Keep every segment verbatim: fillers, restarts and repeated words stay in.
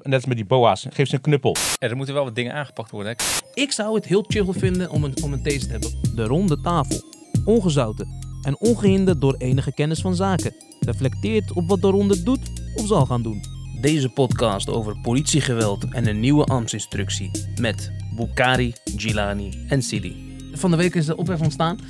net als met die boa's, geef ze een knuppel. Ja, er moeten wel wat dingen aangepakt worden. Hè? Ik zou het heel chill vinden om een, om een taser te hebben. De ronde tafel. Ongezouten. En ongehinderd door enige kennis van zaken. Reflecteert op wat de ronde doet of zal gaan doen. Deze podcast over politiegeweld en een nieuwe ambtsinstructie. Met Boukari, Gilani en Sidi. Van de week is er ophef ontstaan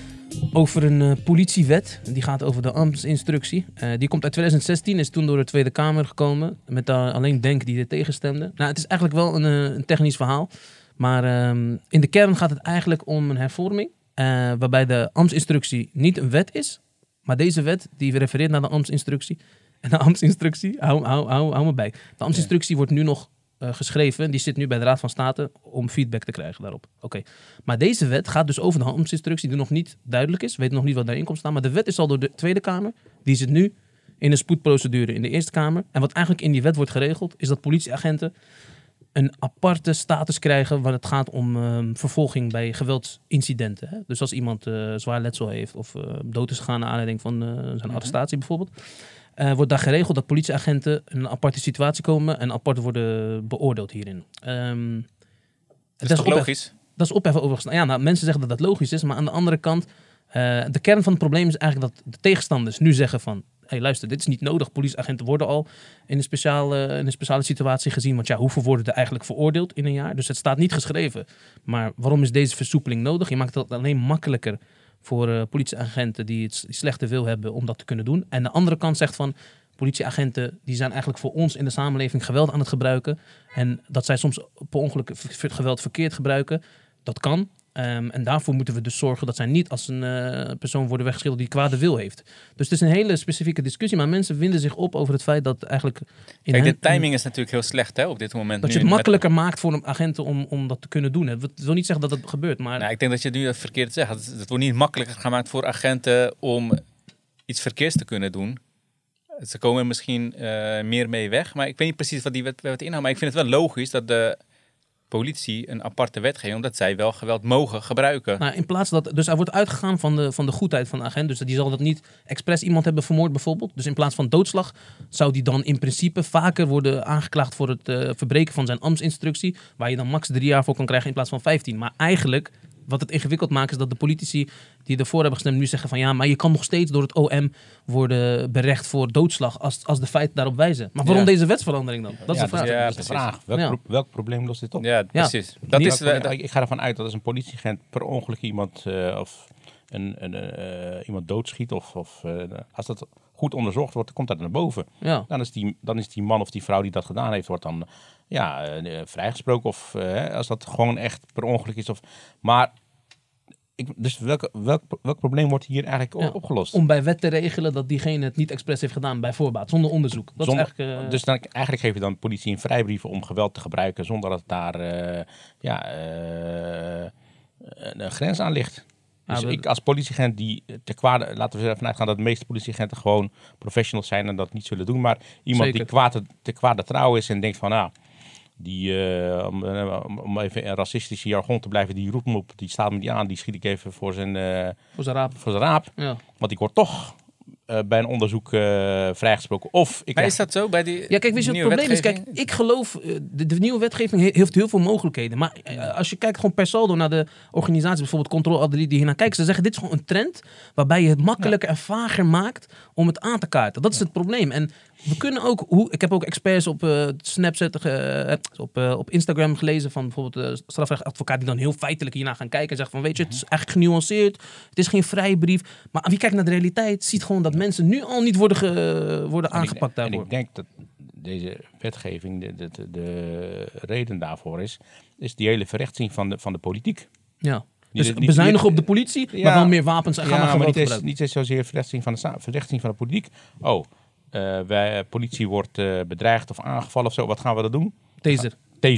over een uh, politiewet. Die gaat over de ambtsinstructie. Uh, die komt uit twintig zestien, is toen door de Tweede Kamer gekomen. Met uh, alleen Denk die er tegenstemde. Nou, het is eigenlijk wel een, uh, een technisch verhaal. Maar um, in de kern gaat het eigenlijk om een hervorming. Uh, waarbij de ambtsinstructie niet een wet is. Maar deze wet die refereert naar de ambtsinstructie. En de ambtsinstructie, hou, hou, hou, hou me bij. De ambtsinstructie ja. wordt nu nog uh, geschreven. Die zit nu bij de Raad van State om feedback te krijgen daarop. Oké. Okay. Maar deze wet gaat dus over de ambtsinstructie die nog niet duidelijk is. We weten nog niet wat daarin komt staan. Maar de wet is al door de Tweede Kamer. Die zit nu in een spoedprocedure in de Eerste Kamer. En wat eigenlijk in die wet wordt geregeld, is dat politieagenten een aparte status krijgen wanneer het gaat om um, vervolging bij geweldsincidenten. Hè? Dus als iemand uh, zwaar letsel heeft of uh, dood is gegaan naar aanleiding van uh, zijn mm-hmm. arrestatie bijvoorbeeld. Uh, wordt daar geregeld dat politieagenten in een aparte situatie komen en apart worden beoordeeld hierin. Um, dat is toch ophef, logisch? Dat is ophef overigens. Ja, nou, mensen zeggen dat dat logisch is, maar aan de andere kant, uh, de kern van het probleem is eigenlijk dat de tegenstanders nu zeggen van, hey, luister, dit is niet nodig. Politieagenten worden al in een, speciale, in een speciale situatie gezien. Want ja, hoeveel worden er eigenlijk veroordeeld in een jaar? Dus het staat niet geschreven. Maar waarom is deze versoepeling nodig? Je maakt het alleen makkelijker voor uh, politieagenten die het slechte wil hebben om dat te kunnen doen. En de andere kant zegt van, politieagenten die zijn eigenlijk voor ons in de samenleving geweld aan het gebruiken. En dat zij soms per ongeluk geweld verkeerd gebruiken. Dat kan. Um, en daarvoor moeten we dus zorgen dat zij niet als een uh, persoon worden weggeschilderd die kwade wil heeft. Dus het is een hele specifieke discussie, maar mensen winden zich op over het feit dat eigenlijk in Kijk, hen, de timing is natuurlijk heel slecht hè, op dit moment. Dat nu je het makkelijker met maakt voor een agenten om, om dat te kunnen doen. Het wil niet zeggen dat dat gebeurt, maar nou, ik denk dat je nu het verkeerd zegt. Het, het wordt niet makkelijker gemaakt voor agenten om iets verkeers te kunnen doen. Ze komen misschien uh, meer mee weg, maar ik weet niet precies wat die wet, wet inhoudt. Maar ik vind het wel logisch dat de politie een aparte wetgeving, omdat zij wel geweld mogen gebruiken. Nou, in plaats dat, dus er wordt uitgegaan van de, van de goedheid van de agent. Dus die zal dat niet expres iemand hebben vermoord bijvoorbeeld. Dus in plaats van doodslag zou die dan in principe vaker worden aangeklaagd voor het uh, verbreken van zijn ambtsinstructie. Waar je dan max drie jaar voor kan krijgen in plaats van vijftien. Maar eigenlijk, wat het ingewikkeld maakt, is dat de politici die ervoor hebben gestemd nu zeggen van ja, maar je kan nog steeds door het O M worden berecht voor doodslag als, als de feiten daarop wijzen. Maar waarom ja. deze wetsverandering dan? Dat ja, is de vraag. Ja, dat is de vraag. Welk, ja. pro- welk probleem lost dit op? Ja, precies. Ja. Dat Niet, is, uh, ik, ik ga ervan uit dat als een politieagent per ongeluk iemand uh, of een, een, uh, iemand doodschiet of, of uh, als dat goed onderzocht wordt, komt dat naar boven. Ja. Dan, is die, dan is die man of die vrouw die dat gedaan heeft, wordt dan ja, uh, vrijgesproken of uh, als dat gewoon echt per ongeluk is. Of, maar Ik, dus welk, welk, welk probleem wordt hier eigenlijk ja, opgelost? Om bij wet te regelen dat diegene het niet expres heeft gedaan bij voorbaat, zonder onderzoek. Dat zonder, is eigenlijk, uh... Dus dan, eigenlijk geef je dan politie een vrijbrief om geweld te gebruiken zonder dat daar uh, ja, uh, een grens aan ligt. Dus ja, ik als politieagent die te kwade, laten we ervan uitgaan dat de meeste politieagenten gewoon professionals zijn en dat niet zullen doen. Maar iemand Zeker. die kwaad, te kwade trouw is en denkt van nou, die, uh, om, um, om even in racistische jargon te blijven, die roept me op, die staat me die aan, die schiet ik even voor zijn, uh, voor zijn raap. Voor zijn raap. Ja. Want ik word toch uh, bij een onderzoek uh, vrijgesproken. Of ik maar krijg... is dat zo bij die Ja, kijk, weet je wat het probleem is? Kijk, ik geloof, uh, de, de nieuwe wetgeving he- heeft heel veel mogelijkheden. Maar uh, als je kijkt gewoon per saldo naar de organisaties, bijvoorbeeld Controle Adelie, die hier naar kijken, ze zeggen dit is gewoon een trend waarbij je het makkelijker ja. en vager maakt om het aan te kaarten. Dat is ja. het probleem. En we kunnen ook, hoe, ik heb ook experts op uh, Snapchat, uh, op, uh, op Instagram gelezen van bijvoorbeeld de strafrechtadvocaat die dan heel feitelijk hierna gaan kijken en zeggen van weet je, het is eigenlijk genuanceerd, het is geen vrijbrief. Maar wie kijkt naar de realiteit, ziet gewoon dat mensen nu al niet worden, ge, worden en aangepakt ik, daarvoor. En ik denk dat deze wetgeving, de, de, de, de reden daarvoor is, is die hele verrechtsing van de, van de politiek. Ja. Dus die, die, bezuinigen op de politie, ja, maar wel meer wapens en gaan ja, maar niet, niet zozeer verrechtsing van, de, verrechtsing van de politiek. Oh, Uh, wij, politie wordt uh, bedreigd of aangevallen of zo. Wat gaan we dan doen? Taser. Taseren.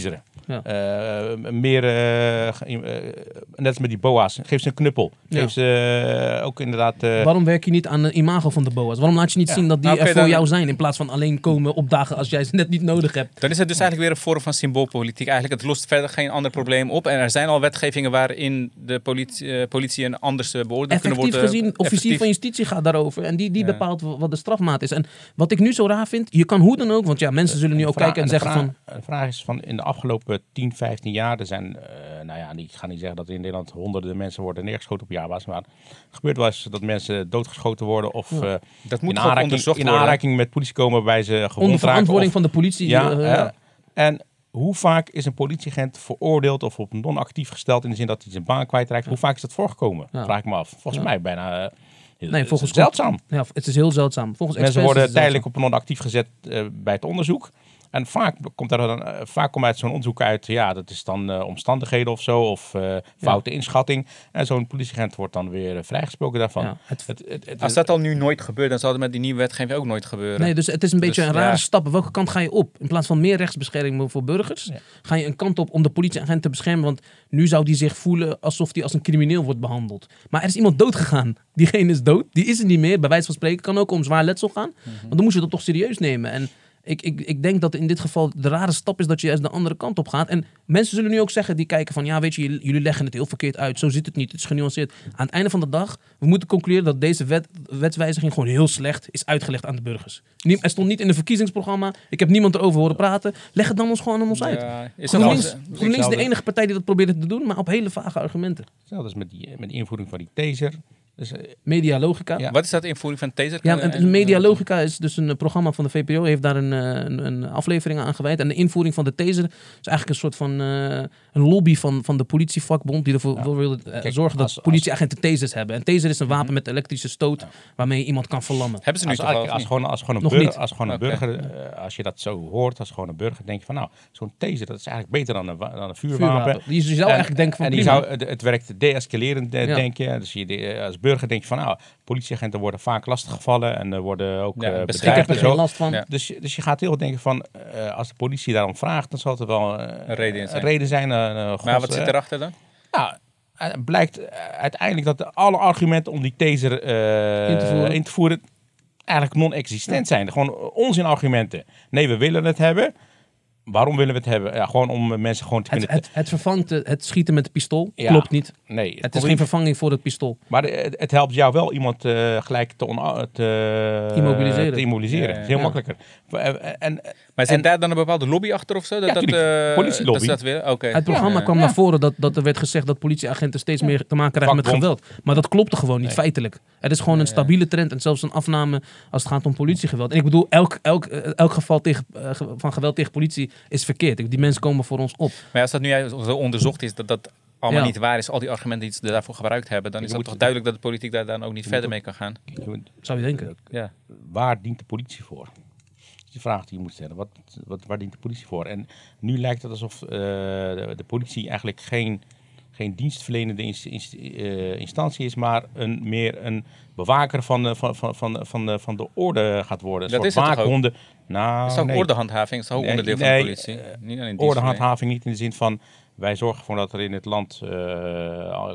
Ja. Uh, meer, uh, uh, net als met die boa's. Geef ze een knuppel. Geef ja. ze uh, ook inderdaad... Uh... Waarom werk je niet aan de imago van de boa's? Waarom laat je niet ja. zien dat die nou, okay, er voor dan... jou zijn, in plaats van alleen komen opdagen als jij ze net niet nodig hebt? Dan is het dus eigenlijk weer een vorm van symboolpolitiek. Eigenlijk, het lost verder geen ander probleem op. En er zijn al wetgevingen waarin de politie, uh, politie en anders uh, beoordeeld kunnen worden. Effectief gezien, officier effectief. van justitie gaat daarover. En die, die ja. bepaalt wat de strafmaat is. En wat ik nu zo raar vind, je kan hoe dan ook, want ja, mensen zullen nu ook vraag, kijken en zeggen vraag, van... De vraag is van, in de afgelopen tien, vijftien jaar, er zijn, uh, nou ja, ik ga niet zeggen dat er in Nederland honderden mensen worden neergeschoten op jaarbasis, maar het gebeurt wel eens dat mensen doodgeschoten worden of ja. uh, dat moet in, aanraking, in aanraking met politie komen waarbij ze gewond raken. Onder verantwoording of, van de politie. Ja, uh, uh, ja. En hoe vaak is een politieagent veroordeeld of op non-actief gesteld in de zin dat hij zijn baan kwijtraakt? Ja. Hoe vaak is dat voorgekomen? Ja. Vraag ik me af. Volgens ja. mij bijna... Uh, Nee, volgens het is zeldzaam. Ja, het is heel zeldzaam. Volgens mensen worden tijdelijk op non-actief gezet uh, bij het onderzoek. En vaak komt er dan, uh, vaak komt uit zo'n onderzoek uit, ja, dat is dan uh, omstandigheden of zo, of uh, foute ja. inschatting. En zo'n politieagent wordt dan weer uh, vrijgesproken daarvan. Ja, het, het, het, het, Als dat al nu nooit gebeurt, dan zal het met die nieuwe wetgeving ook nooit gebeuren. Nee, dus het is een beetje dus, een rare ja. stap. Welke kant ga je op? In plaats van meer rechtsbescherming voor burgers, ja. ga je een kant op om de politieagent te beschermen. Want nu zou die zich voelen alsof hij als een crimineel wordt behandeld. Maar er is iemand dood gegaan. Diegene is dood. Die is er niet meer. Bij wijze van spreken kan ook om zwaar letsel gaan. Mm-hmm. Want dan moet je dat toch serieus nemen. En Ik, ik, ik denk dat in dit geval de rare stap is dat je juist de andere kant op gaat. En mensen zullen nu ook zeggen, die kijken van... ja, weet je, jullie leggen het heel verkeerd uit. Zo zit het niet. Het is genuanceerd. Aan het einde van de dag, we moeten concluderen dat deze wet, wetswijziging gewoon heel slecht is uitgelegd aan de burgers. Nie, er stond niet in een verkiezingsprogramma. Ik heb niemand erover horen praten. Leg het dan ons gewoon aan ons uit. Ja, is GroenLinks, GroenLinks is de enige partij die dat probeert te doen, maar op hele vage argumenten. Hetzelfde is met, die, met de invoering van die taser... Dus, uh, Medialogica. Ja. Wat is dat invoering van taser? Ja, en Medialogica is dus een programma van de V P R O. Heeft daar een, een, een aflevering aan gewijd. En de invoering van de taser is eigenlijk een soort van uh, een lobby van, van de politievakbond die ervoor ja. wil uh, Kijk, zorgen dat als, politieagenten tasers hebben. En taser is een wapen met elektrische stoot ja. waarmee je iemand kan verlammen. Hebben ze nu als, toch als, als, gewoon, als gewoon een burger, als gewoon een okay. burger, uh, als je dat zo hoort, als gewoon een burger, denk je van nou, zo'n taser dat is eigenlijk beter dan een, dan een vuurwapen. vuurwapen. Je zou en, eigenlijk denken van en die zou, het werkt de-escalerend, ja. denk je. Dus je als burger denk je van nou, politieagenten worden vaak lastiggevallen en uh, worden ook ja, uh, bedreigd. Ik heb er geen last van. Ja. Dus, dus je gaat heel denken van, uh, als de politie daarom vraagt, dan zal het wel uh, een reden zijn. Een reden zijn uh, uh, God, maar wat zit erachter dan? Nou, het blijkt uh, uiteindelijk dat de, alle argumenten om die taser uh, in, te voeren. in te voeren eigenlijk non-existent ja. zijn. Gewoon onzinargumenten. Nee, we willen het hebben. Waarom willen we het hebben? Ja, gewoon om mensen gewoon te het, kunnen... Het, het vervangt het schieten met de pistool. Ja, klopt niet. Nee. Het, het is geen niet... vervanging voor het pistool. Maar het, het helpt jou wel iemand uh, gelijk te, on, te immobiliseren. Te immobiliseren. Ja, ja, ja. Het is heel ja. makkelijker. En, en, maar zit daar dan een bepaalde lobby achter of zo? Dat, ja, dat, uh, politielobby. Dat dat okay. Het programma ja, kwam ja. naar voren dat, dat er werd gezegd dat politieagenten steeds ja. meer te maken krijgen met geweld. Maar dat klopte gewoon niet, nee. feitelijk. Het is gewoon een stabiele trend en zelfs een afname als het gaat om politiegeweld. En ik bedoel, elk, elk, elk geval tegen, uh, van geweld tegen politie is verkeerd. Die mensen komen voor ons op. Maar als dat nu zo onderzocht is, dat dat allemaal ja. niet waar is, al die argumenten die ze daarvoor gebruikt hebben, dan is het toch duidelijk dat de politiek daar dan ook niet verder mee kan gaan. Zou je denken? Ja. Waar dient de politie voor? Dat is de vraag die je moet stellen. Wat, wat, waar dient de politie voor? En nu lijkt het alsof uh, de, de politie eigenlijk geen, geen dienstverlenende inst, inst, uh, instantie is, maar een, meer een bewaker van de, van, van, van, van, de, van de orde gaat worden. Een dat soort is het waakhonden. Nou, is ook nee. ordehandhaving, is ook nee, onderdeel van nee, de politie. Uh, niet alleen ordehandhaving niet in de zin van, wij zorgen ervoor dat er in het land, uh, uh,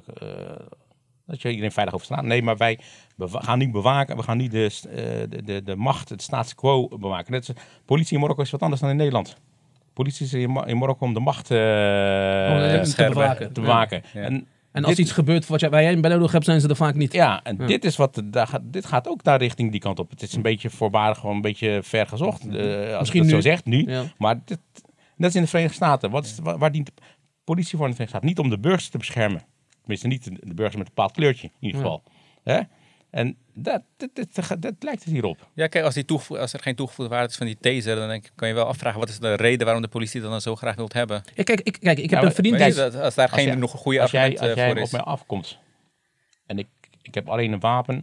dat je iedereen veilig over straat. Nee, maar wij bewa- gaan niet bewaken, we gaan niet de, uh, de, de, de macht, het status quo bewaken. Net is, politie in Marokko is wat anders dan in Nederland. Politie is in, Mar- in Marokko om de macht uh, oh, nee, te bewaken. Te bewaken. Ja. Ja. En, En als dit, iets gebeurt wat jij, waar jij bij nodig hebt, zijn ze er vaak niet. Ja, en ja. dit is wat daar gaat, dit gaat ook daar richting die kant op. Het is een beetje voorbarig, gewoon een beetje ver gezocht. Uh, als Misschien je dat nu. zo zegt, nu. Ja. Maar dit, dat is in de Verenigde Staten. Wat is, waar, waar dient de politie voor in de Verenigde Staten? Niet om de burgers te beschermen. Tenminste, niet de, de burgers met een bepaald kleurtje, in ieder geval. Ja. Hè? En dat, dat, dat, dat, dat lijkt het hierop. Ja, kijk, als, die toegevo- als er geen toegevoegde waarde is van die taser, dan denk ik, kan je wel afvragen, wat is de reden waarom de politie dat dan zo graag wilt hebben? Ja, kijk, ik, kijk, ik heb nou, een vriend... Die... Dat, als daar als geen jij, nog een goede als argument jij, als jij voor is. op mij afkomt en ik, ik heb alleen een wapen,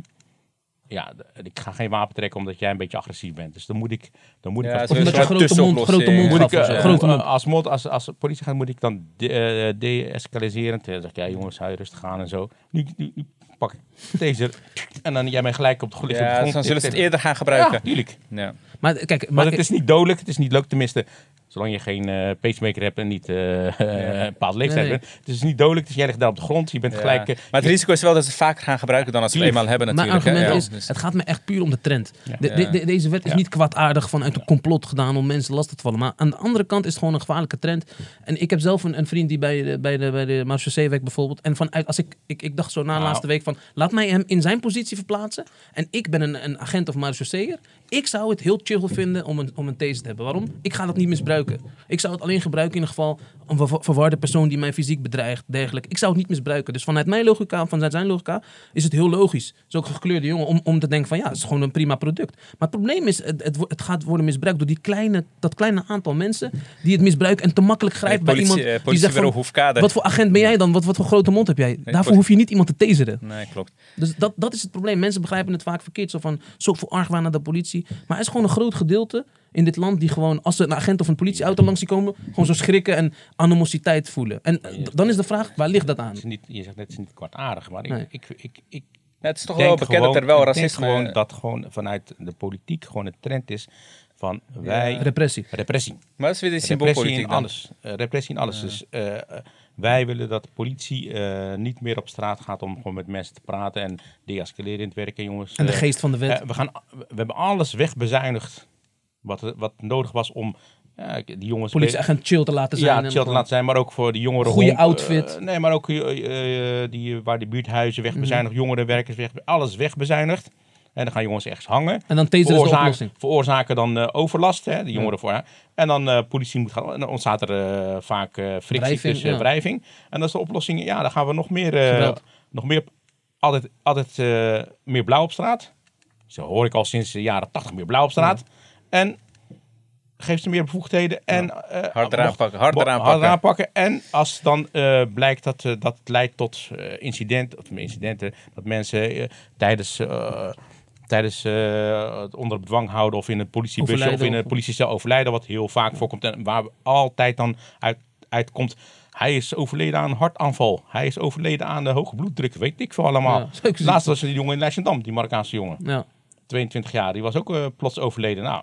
ja, ik ga geen wapen trekken omdat jij een beetje agressief bent. Dus dan moet ik... Dan moet ja, ik als, of omdat je grote mond, grote mond moet gaf. Ik, uh, uh, grote mond. Als, mod, als, als politie gaat, moet ik dan de, uh, de-escaliserend. Dan zeg ik, ja jongens, ga je rustig gaan en zo. Nu, nu, nu pak ik deze en dan jij mij gelijk op de grond. Ja, dan zullen ze het eerder gaan gebruiken. Ja, tuurlijk. Ja. Maar, kijk, maar, maar het is niet dodelijk, het is niet leuk, tenminste... Zolang je geen uh, pacemaker hebt en niet uh, ja. uh, een bepaald leeftijd nee, nee. bent. Het is niet dodelijk, dus jij ligt daar op de grond. Je bent ja. gelijk... Uh, maar het risico is wel dat ze het vaker gaan gebruiken dan als ze het eenmaal hebben natuurlijk. Mijn argument hè? is, ja. het gaat me echt puur om de trend. Ja. De, de, de, deze wet is ja. niet kwaadaardig vanuit een complot gedaan om mensen lastig te vallen. Maar aan de andere kant is het gewoon een gevaarlijke trend. En ik heb zelf een, een vriend die bij de, bij de, bij de marechaussee werkt bijvoorbeeld. En vanuit, als ik, ik, ik dacht zo na de nou. laatste week van, laat mij hem in zijn positie verplaatsen. En ik ben een, een agent of marechausseer. Ik zou het heel chill vinden om een, om een taser te hebben. Waarom? Ik ga dat niet misbruiken. Ik zou het alleen gebruiken in ieder geval een ver- verwarde persoon die mij fysiek bedreigt, dergelijke. Ik zou het niet misbruiken. Dus vanuit mijn logica, vanuit zijn logica, is het heel logisch. Het is ook een gekleurde jongen om, om te denken van ja, het is gewoon een prima product. Maar het probleem is, het, het, het gaat worden misbruikt door die kleine, dat kleine aantal mensen die het misbruiken en te makkelijk grijpen bij politie, iemand uh, die zegt van, Hoefkade. Wat voor agent ben jij dan? Wat, wat voor grote mond heb jij? Nee, Daarvoor hoef je niet iemand te taseren. Nee, klopt. Dus dat, dat is het probleem. Mensen begrijpen het vaak verkeerd. Zo van, zoveel argwaan naar de politie. Maar er is gewoon een groot gedeelte in dit land die gewoon, als ze een agent of een politieauto langs zien komen, gewoon zo schrikken en animositeit voelen. En d- dan is de vraag, waar ligt dat aan? Het is niet, je zegt net, het is niet kwaadaardig, maar Nee. ik, ik, ik, ik ja, het is toch wel bekend gewoon, dat er wel racisme... Ik denk gewoon dat gewoon vanuit de politiek gewoon een trend is van wij... Ja. Repressie. Repressie. Maar dat is weer de symboolpolitiek symboolpolitiek in alles. Uh, repressie in alles. Ja. Dus uh, wij willen dat de politie uh, niet meer op straat gaat om gewoon met mensen te praten en deescalerend werken, jongens. En de uh, geest van de wet. Uh, we, gaan, we hebben alles wegbezuinigd wat, wat nodig was om ja, die jongens... Politieagent chill te laten zijn. Ja, chill te laten zijn, maar ook voor die jongeren... Goede hond, outfit. Uh, nee, maar ook uh, uh, die, waar die buurthuizen wegbezuinigd, mm. jongerenwerkers weg, alles wegbezuinigd. En dan gaan jongens ergens hangen. En dan taseren is de oplossing. Veroorzaken dan uh, overlast, hè, die jongeren ja. voor. En dan uh, politie moet gaan. En dan ontstaat er uh, vaak uh, frictie, wrijving, dus uh, ja. wrijving. En dat is de oplossing. Ja, dan gaan we nog meer... Uh, nog meer altijd altijd uh, meer blauw op straat. Zo hoor ik al sinds de jaren tachtig meer blauw op straat. Ja. En geeft ze meer bevoegdheden. En uh, harder aanpakken. Harder aanpakken. Harder aanpakken. En als dan uh, blijkt dat, uh, dat het leidt tot uh, incidenten, of incidenten, dat mensen uh, tijdens... Uh, tijdens uh, het onder bedwang houden of in een politiebusje overlijden, of in een politiecel overlijden, wat heel vaak voorkomt en waar altijd dan uit, uitkomt. Hij is overleden aan een hartaanval. Hij is overleden aan de hoge bloeddruk. Weet ik veel allemaal. Ja, laatst was die jongen in Leidschendam, die Marokkaanse jongen. Ja. tweeëntwintig jaar. Die was ook uh, plots overleden. Nou,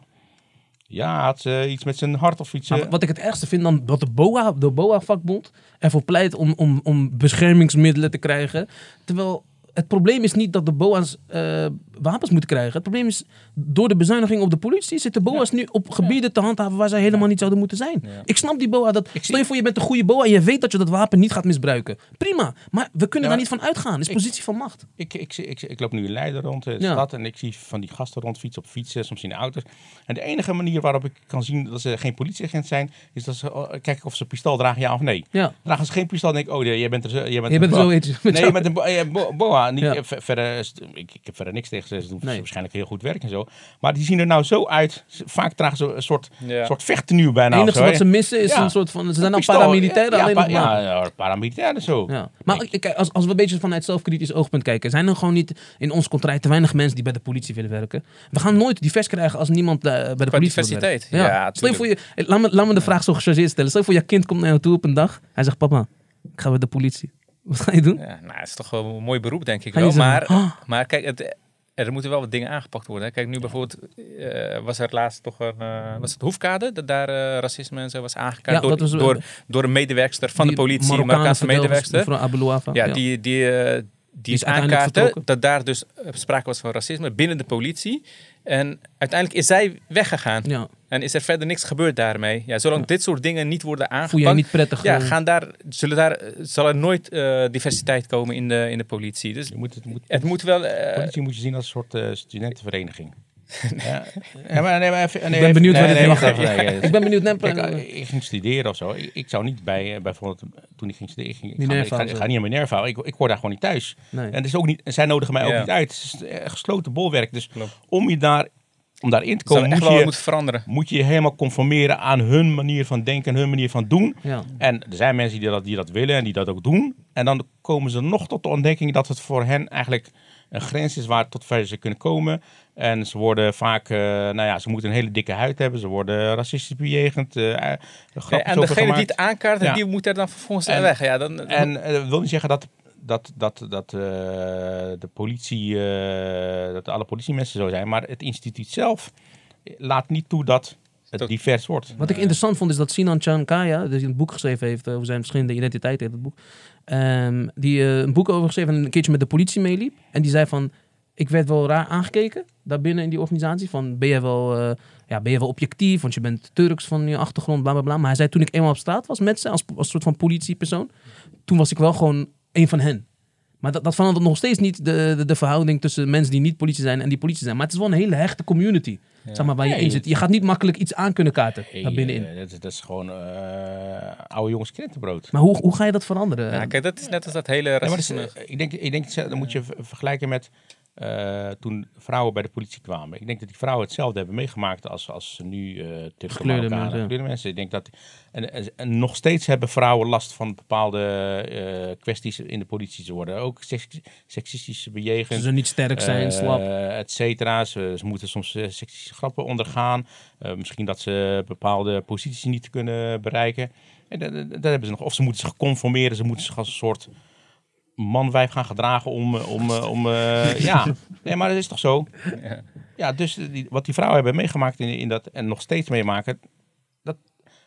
ja, had uh, iets met zijn hart of iets. Uh... Wat ik het ergste vind dan, dat de B O A, de B O A-vakbond ervoor pleit om, om, om beschermingsmiddelen te krijgen. Terwijl het probleem is niet dat de B O A's uh, wapens moeten krijgen. Het probleem is, door de bezuiniging op de politie zitten B O A's ja. nu op gebieden ja. te handhaven waar zij helemaal ja. niet zouden moeten zijn. Ja. Ik snap die B O A. Dat, stel je voor, je bent een goede B O A en je weet dat je dat wapen niet gaat misbruiken. Prima, maar we kunnen ja, daar niet van uitgaan. Het is ik, positie van macht. Ik, ik, ik, ik, ik loop nu in Leiden rond de ja. stad en ik zie van die gasten rondfietsen op fietsen, soms in de auto's. En de enige manier waarop ik kan zien dat ze geen politieagent zijn, is dat ze uh, kijken of ze een pistool dragen, ja of nee. Ja. Dragen ze geen pistool, denk ik, oh, jij bent er zo. Jij bent, je bent er zo eentje. Nee, met een B O A. Niet, ja. verder, ik, ik heb verder niks tegen ze. Ze doen nee. waarschijnlijk heel goed werk en zo. Maar die zien er nou zo uit. Vaak dragen ze een soort, ja. soort vechttenue bijna. Het enige wat ze missen is ja. een soort van... Ze zijn dan paramilitairen ja, alleen ja, nog pa, ja, ja, paramilitairen zo. Ja. Maar kijk, als, als we een beetje vanuit zelfkritisch oogpunt kijken, zijn er gewoon niet in ons contract te weinig mensen die bij de politie willen werken. We gaan nooit divers krijgen als niemand uh, bij de politie wil werken. Ja, ja, stel je voor je, laat me, laat me de vraag zo gechargeerd stellen. Stel je voor, je kind komt naar jou toe op een dag. Hij zegt, papa, ik ga bij de politie. Wat ga je doen? Ja, nou, het is toch wel een mooi beroep, denk ik wel. Maar, oh. maar kijk, het, er moeten wel wat dingen aangepakt worden. Hè. Kijk, nu bijvoorbeeld uh, was er laatst toch een... Uh, was het Hoefkade? Dat daar uh, racisme en zo was aangekaart ja, door, was, door, door een medewerkster van de politie. Een Marokkaanse medewerkster. Mevrouw Aboulouafa. Ja, ja, die... die uh, Die, die is aankaarten dat daar dus sprake was van racisme binnen de politie. En uiteindelijk is zij weggegaan. Ja. En is er verder niks gebeurd daarmee. Ja, zolang ja. dit soort dingen niet worden aangepakt... Voel je niet prettig? Ja, gaan daar, zullen daar, zal er nooit uh, diversiteit komen in de, in de politie. Dus je moet, het, moet, het moet wel... Uh, politie moet je zien als een soort uh, studentenvereniging. Ja. Ja, maar nee, maar even, nee, ik ben benieuwd even, nee, nee, nee, nee, nee, nee, nee. Ik ben benieuwd. Nee, Kijk, ik ging studeren of zo. Ik, ik zou niet bij, uh, bijvoorbeeld, toen ik ging studeren, ik, ging, ik, ga, ik, ga, ik ga niet aan Minerva. Ik, ik hoor daar gewoon niet thuis. Nee. En, dus ook niet, en zij nodigen mij ja. ook niet uit. Het is een gesloten bolwerk. Dus Klopt. om je daar... Om daarin te komen moet je, veranderen. moet je je helemaal conformeren aan hun manier van denken en hun manier van doen. Ja. En er zijn mensen die dat, die dat willen en die dat ook doen. En dan komen ze nog tot de ontdekking dat het voor hen eigenlijk een grens is waar tot ver ze kunnen komen. En ze worden vaak, uh, nou ja, ze moeten een hele dikke huid hebben. Ze worden racistisch bejegend. Uh, ja, en degene gemaakt. die het aankaart, ja. die moet er dan vervolgens en, weg. Ja, dan, en uh, dat wil niet zeggen dat... dat, dat, dat uh, de politie, uh, dat alle politiemensen zo zijn. Maar het instituut zelf laat niet toe dat het divers wordt. Wat ik interessant vond is dat Sinan Chankaya, die een boek geschreven heeft over zijn verschillende identiteiten, heet het boek. Um, die uh, een boek over geschreven en een keertje met de politie meeliep. En die zei van, ik werd wel raar aangekeken daarbinnen in die organisatie. Van, ben je wel, uh, ja, ben je wel objectief, want je bent Turks van je achtergrond, bla bla bla. Maar hij zei, toen ik eenmaal op straat was met ze, als, als soort van politiepersoon, toen was ik wel gewoon een van hen. Maar dat, dat verandert nog steeds niet de, de, de verhouding tussen mensen die niet politie zijn en die politie zijn. Maar het is wel een hele hechte community. Ja. Zeg maar, waar je nee, in zit. Je gaat niet makkelijk iets aan kunnen kaarten nee, daar binnenin. Uh, dat, dat is gewoon uh, oude jongens krentenbrood. Maar hoe, hoe ga je dat veranderen? Ja, kijk, dat is net als dat hele racisme. Ja, is, uh, ik denk, ik denk dat moet je vergelijken met uh, toen vrouwen bij de politie kwamen. Ik denk dat die vrouwen hetzelfde hebben meegemaakt als, als nu uh, Turkse Marokkanen, gekleurde mensen. Ik denk dat en, en, en nog steeds hebben vrouwen last van bepaalde uh, kwesties in de politie. Ze worden ook seksistisch bejegend. Ze niet sterk zijn, uh, slap. Et cetera. Ze, ze moeten soms uh, seksistische grappen ondergaan. Uh, misschien dat ze bepaalde posities niet kunnen bereiken. En dat, dat hebben ze nog. Of ze moeten zich conformeren. Ze moeten zich als een soort man-wijf gaan gedragen om... om, om uh, ja, nee, maar dat is toch zo? Ja, ja dus die, wat die vrouwen hebben meegemaakt in, in dat, en nog steeds meemaken, dat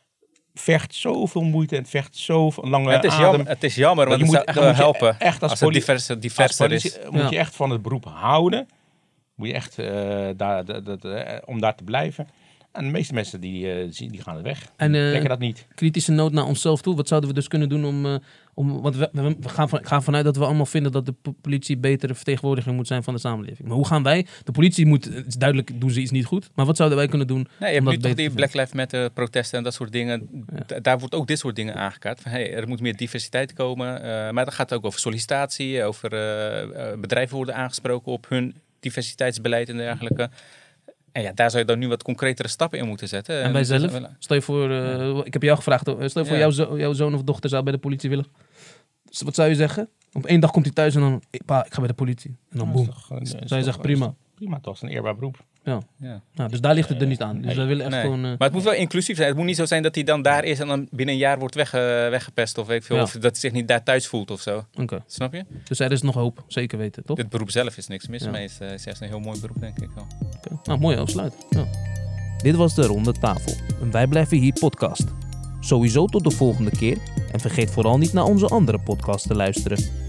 vergt zoveel moeite en het vergt zoveel lange het is adem. Jammer, het is jammer, want het zou echt wel helpen echt als, als het diverse, diverser als is. Moet ja. je echt van het beroep houden. Moet je echt uh, daar, dat, dat, uh, om daar te blijven. En de meeste mensen die, uh, die gaan het weg. En die uh, trekken dat niet. Kritische noot naar onszelf toe. Wat zouden we dus kunnen doen om... Uh, om want we, we, we gaan, van, gaan vanuit dat we allemaal vinden dat de politie betere vertegenwoordiging moet zijn van de samenleving. Maar hoe gaan wij... De politie moet... Het is duidelijk, doen ze iets niet goed. Maar wat zouden wij kunnen doen? Nee, je hebt nu toch die Black Lives Matter protesten en dat soort dingen. Ja. Daar wordt ook dit soort dingen aangekaart. Van, hey, er moet meer diversiteit komen. Uh, maar dat gaat ook over sollicitatie. Over uh, bedrijven worden aangesproken op hun diversiteitsbeleid en dergelijke. En ja, daar zou je dan nu wat concretere stappen in moeten zetten. En wij zelf? Dus, stel je voor, uh, ik heb jou gevraagd, stel je voor ja. jouw, zo, jouw zoon of dochter zou bij de politie willen. Dus wat zou je zeggen? Op één dag komt hij thuis en dan, pa, ik ga bij de politie. En dan boem. Zou je zeggen, prima. Prima, toch? Een eerbaar beroep. Ja. Ja. Nou, dus daar ligt het er niet aan. Dus wij willen echt nee. gewoon... Uh... Maar het moet wel inclusief zijn. Het moet niet zo zijn dat hij dan daar is en dan binnen een jaar wordt weg, uh, weggepest of weet ik veel. Ja. Of dat hij zich niet daar thuis voelt of zo. Okay. Snap je? Dus er is nog hoop, zeker weten, toch? Het beroep zelf is niks mis ja. mee. Het is, uh, is echt een heel mooi beroep, denk ik wel. Okay. Nou, mooi afsluit. Ja. Dit was de Ronde Tafel. En wij blijven hier podcast. Sowieso tot de volgende keer. En vergeet vooral niet naar onze andere podcast te luisteren.